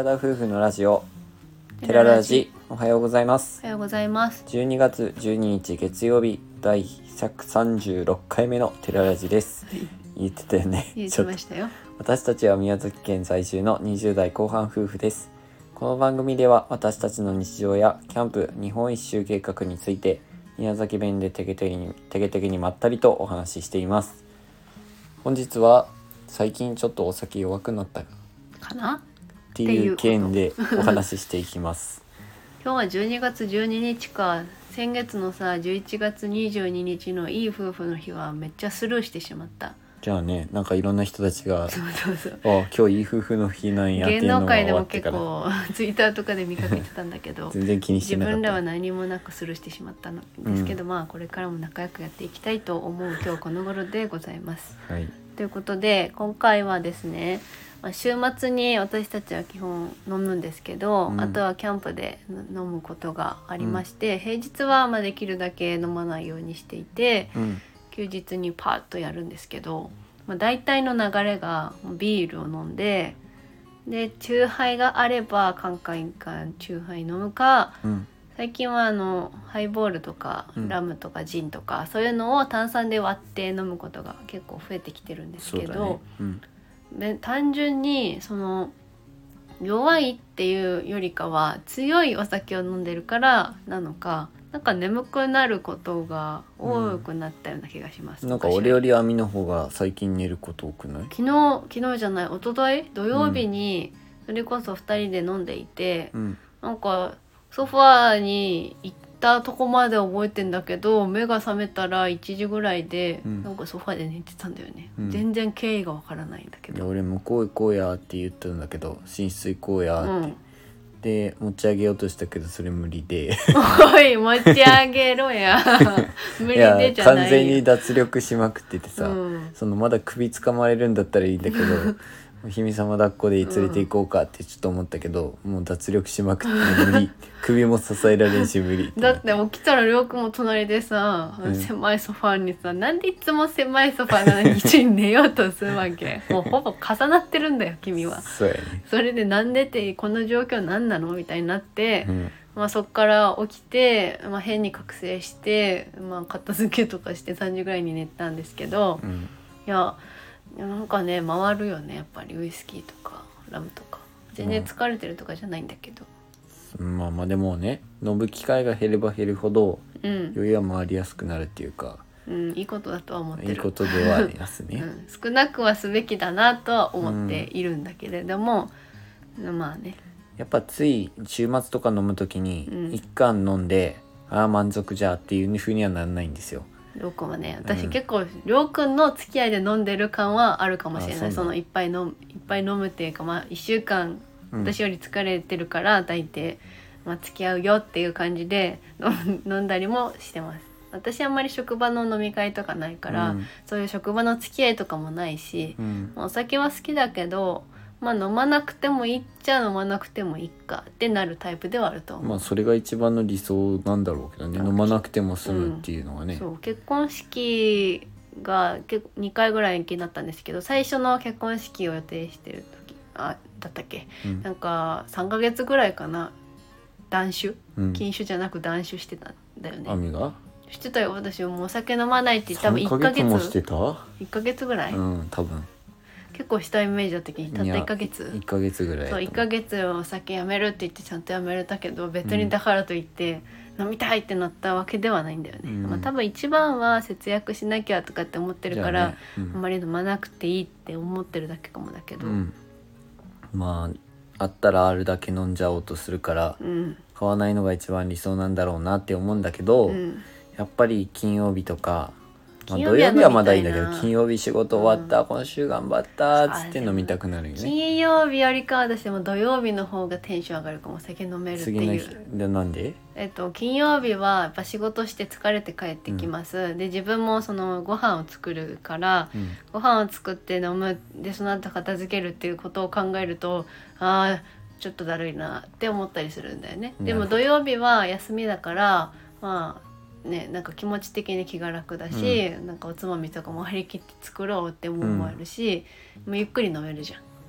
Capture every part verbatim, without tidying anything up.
寺田夫婦のラジオテララジ、おはようございます。 おはようございます。 じゅうにがつじゅうににち月曜日だいひゃくさんじゅうろっかいめのテララジです。言ってたよね。 言ってましたよ。 私たちは宮崎県在住のにじゅうだいこう半夫婦です。この番組では私たちの日常やキャンプ、日本一周計画について宮崎弁でてけてけにてけてけにまったりとお話ししています。本日は最近ちょっとお酒弱くなったかなっていう件でお話ししていきます今日はじゅうにがつじゅうににちか。先月のさじゅういちがつにじゅうににちのいい夫婦の日はめっちゃスルーしてしまった。 じゃあね、なんかいろんな人たちがそうそうそう、 あ今日いい夫婦の日なんやっていうのが終わってから、 芸能界でも結構ツイッターとかで見かけてたんだけど全然気にしてなかった。 自分らは何もなくスルーしてしまったんですけど、うん、まあこれからも仲良くやっていきたいと思う今日この頃でございます、 はい、 ということで今回はですね、週末に私たちは基本飲むんですけど、うん、あとはキャンプで飲むことがありまして、うん、平日はまあできるだけ飲まないようにしていて、うん、休日にパーッとやるんですけど、まあ、大体の流れがビールを飲んで、でチューハイがあればカンカンカンチューハイ飲むか、うん、最近はあのハイボールとかラムとかジンとか、うん、そういうのを炭酸で割って飲むことが結構増えてきてるんですけど、で単純にその弱いっていうよりかは強いお酒を飲んでるからなのか、なんか眠くなることが多くなったような気がします、 うん、なんか俺より亜美の方が最近寝ること多くない？ 昨日昨日じゃない一昨日土曜日にそれこそふたりで飲んでいて、うん、なんかソファーに行ったとこまで覚えてんだけど、目が覚めたらいちじぐらいで、うん、なんかソファーで寝てたんだよね、うん、全然経緯がわからないんだけど。 いや俺向こう行こうやって言ったんだけど、寝室行こうやって、うん、で持ち上げようとしたけどそれ無理でおい持ち上げろや無理でじゃないよ。 いや完全に脱力しまくっててさ、うん、そのまだ首掴まれるんだったらいいんだけどお姫様抱っこで連れて行こうかってちょっと思ったけど、うん、もう脱力しまくって無理首も支えられんし無理ってだって起きたらりょうくんも隣でさ、うん、狭いソファーにさ、なんでいつも狭いソファーなのに一緒に寝ようとするわけもうほぼ重なってるんだよ君は。 そうやね。 それでなんでってこの状況なんなのみたいになって、うん、まあ、そっから起きて、まあ、変に覚醒して、まあ、片付けとかしてさんじぐらいに寝たんですけど、うん、いやなんかね回るよねやっぱりウイスキーとかラムとか。全然疲れてるとかじゃないんだけど、 うん、まあまあでもね飲む機会が減れば減るほど、うん、酔いは回りやすくなるっていうか、 うん、いいことだとは思ってる。 いいことではありますね、 うん、少なくはすべきだなとは思っているんだけれども、うん、まあねやっぱつい週末とか飲むときに一缶飲んで、うん、ああ満足じゃっていう風にはならないんですよ。 りょうくんはね、私結構りょうくんの付き合いで飲んでる感はあるかもしれない。 そ, そのいっぱい飲むいっぱい飲むっていうか、まあいっしゅうかん私より疲れてるから抱いて、まあ、付き合うよっていう感じで飲んだりもしてます。私あんまり職場の飲み会とかないから、うん、そういう職場の付き合いとかもないし、うん、お酒は好きだけど、まあ、飲まなくてもいいっちゃ飲まなくてもいいかってなるタイプではあると思う。 まあそれが一番の理想なんだろうけどね、飲まなくても済むっていうのがね、 うん、そう結婚式が結構にかいぐらい延期になったんですけど、最初の結婚式を予定してる時あだったっけ、うん、なんかさんかげつぐらいかな断酒、うん、禁酒じゃなく断酒してたんだよね。 亜美がしてたよ。私もうお酒飲まないって多分いっかげつさんかげつもしてたいっかげつぐらい、 うん多分結構したイメージだったけどたったいっかげついっかげつぐらいそういっかげつお酒やめるって言ってちゃんとやめれたけど、別にだからといって、うん、飲みたいってなったわけではないんだよね、うん、まあ、多分一番は節約しなきゃとかって思ってるから、ね、うん、あんまり飲まなくていいって思ってるだけかもだけど、うん、 まああったらあるだけ飲んじゃおうとするから、うん、買わないのが一番理想なんだろうなって思うんだけど、うん、やっぱり金曜日とか、まあ、土曜日はまだいいんだけど金曜日仕事終わった、うん、今週頑張ったっつって飲みたくなるよね。 金曜日よりかは私も土曜日の方がテンション上がるかも。酒飲めるっていう。次の日でなんで？ えっと金曜日はやっぱ仕事して疲れて帰ってきます、うん、で自分もそのご飯を作るから、うん、ご飯を作って飲むでその後片付けるっていうことを考えると、ああちょっとだるいなって思ったりするんだよね。でも土曜日は休みだからまあね、なんか気持ち的に気が楽だし、うん、なんかおつまみとかも張り切って作ろうって思いもあるし、うん、もうゆっくり飲めるじゃん。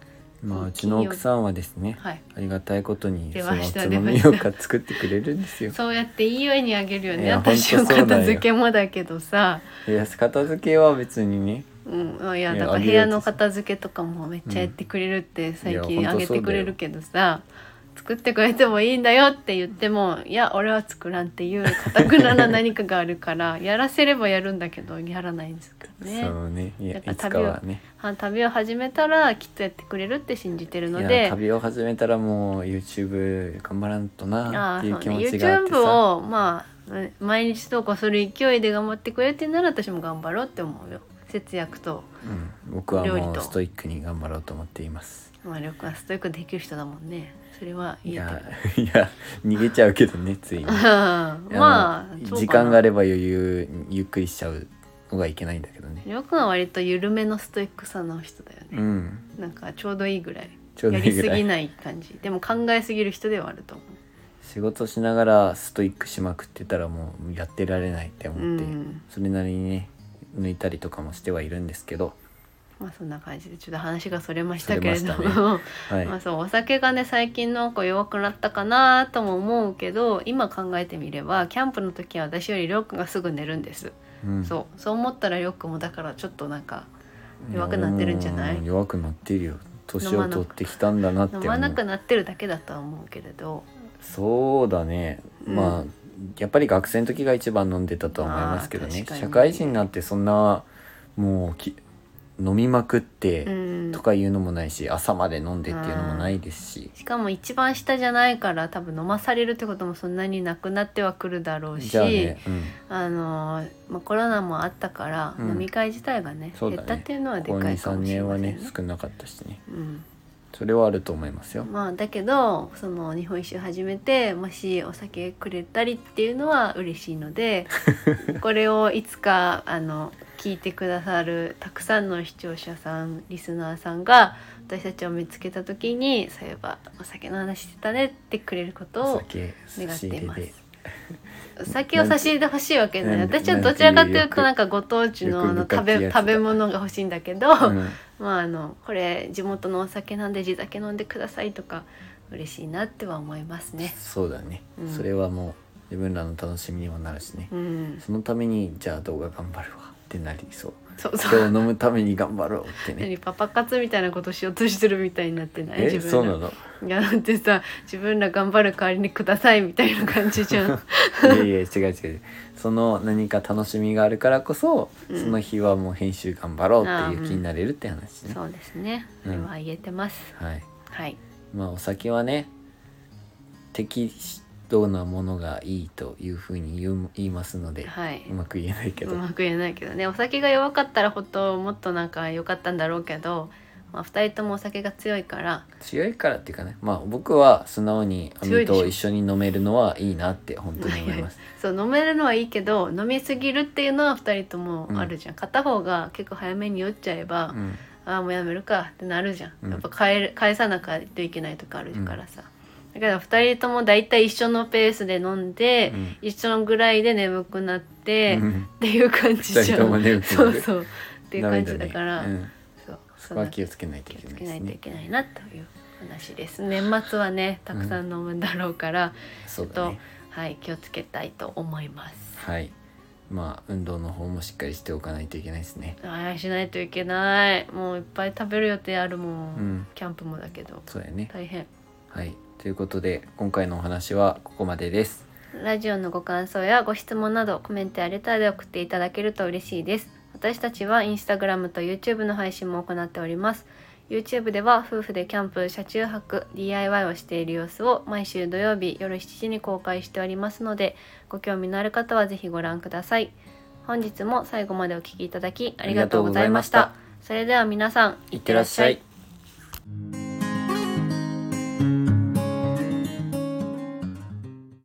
まあうちの奥さんはですね、 はい、 ありがたいことにその出ましたつまみをか作ってくれるんですよ。 そうやっていいようにあげるよね。 いや私のほんとそうだよ片付けもだけどさ、 いや片付けは別にね、 うん、いやいやだから部屋の片付けとかもめっちゃやってくれるって最うんいや近あげほんとそうだよてくれるけどさ、作ってくれてもいいんだよって言っても、いや俺は作らんっていう堅くなな何かがあるからやらせればやるんだけどやらないんですからね。 そうね、いやいつだから旅をかはね、 は旅を始めたらきっとやってくれるって信じてるのいやで、 旅を始めたらもう YouTube 頑張らんとなああそうね、 っていう気持ちがあってさ、 YouTube をまあ毎日投稿する勢いで頑張ってくれてんなら私も頑張ろうって思うよ。節約と、 うん、僕は料理ともうストイックに頑張ろうと思っています。 まありょうくんはストイックできる人だもんね。それはい言えやてる。 いや逃げちゃうけどねついにまあそう時かな間があれば余裕ゆっくりしちゃうのがいけないんだけどね。 りょうくんは割と緩めのストイックさの人だよね、 うん、 なんかちょうどいいぐらいちょうどやいいぐらいりすぎない感じでも考えすぎる人ではあると思う。 仕事しながらストイックしまくってたらもうやってられないって思って、 うんそれなりにね抜いたりとかもしてはいるんですけど、 まあそんな感じでちょっと話がそれましたけれどそれまも、 はい、 まあそうお酒がね最近なんか弱くなったかなとも思うけど、今考えてみればキャンプの時は私よりりょうくんがすぐ寝るんです、 うん、 そうそう思ったらりょうくんもだからちょっとなんか弱くなってるんじゃない？ やもう弱くなってるよ。年を取ってきたんだなって思う。 飲まなくなってるだけだとは思うけれど、 そうだね、 うんまあやっぱり学生の時が一番飲んでたとは思いますけどね。 あー確かに社会人になってそんなもうき飲みまくってうんとかいうのもないし、朝まで飲んでっていうのもないですし、 しかも一番下じゃないから多分飲まされるってこともそんなになくなってはくるだろうし、 じゃあね、うん、 あのまあ、コロナもあったから、 うん飲み会自体がねそうだね減ったっていうのはでここに、 かいか 3 もしれません年はね少なかったしね、 うんそれはあると思いますよ。 まあ、だけどその日本一周始めてもしお酒くれたりっていうのは嬉しいのでこれをいつかあの聞いてくださるたくさんの視聴者さんリスナーさんが私たちを見つけた時にそういえばお酒の話してたねってくれることおを酒願差し入れでっています。お酒を差し入れてほしいわけない。 なん私はどちらかというなんていうとなんかご当地のあの欲食べ深きやつだ食べ物が欲しいんだけど、 うんまああのこれ地元のお酒なんで地酒飲んでくださいとか嬉しいなっては思いますね。 そうだね、 うんそれはもう自分らの楽しみにもなるしね、 うん、 そのためにじゃあ動画頑張るわってなりそう。 そうそう。 今日飲むために頑張ろうってね。 何パパ活みたいなことしようとしてるみたいになってない？ え自分らそうなの？ いやだってさ自分ら頑張る代わりにくださいみたいな感じじゃん。 いやいや違う違う、その何か楽しみがあるからこそ、 うんその日はもう編集頑張ろうっていう気になれるって話ね。 そうですね。それは言えてます。 はい。 はい。 まあお酒はね適度なものがいいというふうに言う言いますので、 はい。 うまく言えないけど、 うまく言えないけどね、お酒が弱かったらほっともっとなんか良かったんだろうけど、まあ、ふたりともお酒が強いから強いからっていうかね、まあ僕は素直にアミ強いでしょと一緒に飲めるのはいいなって本当に思います。 そう飲めるのはいいけど飲みすぎるっていうのはふたりともあるじゃん、片方が結構早めに酔っちゃえば、 うんああもうやめるかってなるじゃん、 うんやっぱ返る返さなきゃいけないとかあるからさ、だからふたりともだいたい一緒のペースで飲んで、 うん一緒のぐらいで眠くなって、 うんっていう感じじゃん。 二人とも眠くなるそうそうっていう感じだから、 ダメだねうんそうそこは気をつけないとい気をつけないですねけないとい。けないなという話です。年末はねたくさん飲むんだろうから、ちょっと、 そうだね。 はい気をつけたいと思います。 はい。まあ運動の方もしっかりしておかないといけないですね。 ああしないといけない。もういっぱい食べる予定あるもん、 うんキャンプもだけどそうやね。 大変。 はい。ということで今回のお話はここまでです。 ラジオのご感想やご質問などコメントやレターで送っていただけると嬉しいです。私たちはインスタグラムと YouTube の配信も行っております。 YouTube では夫婦でキャンプ車中泊 ディーアイワイ をしている様子を毎週土曜日夜しちじに公開しておりますので、ご興味のある方はぜひご覧ください。本日も最後までお聞きいただきありがとうございました。 ありがとうございまそれでは皆さんいってらっしゃい。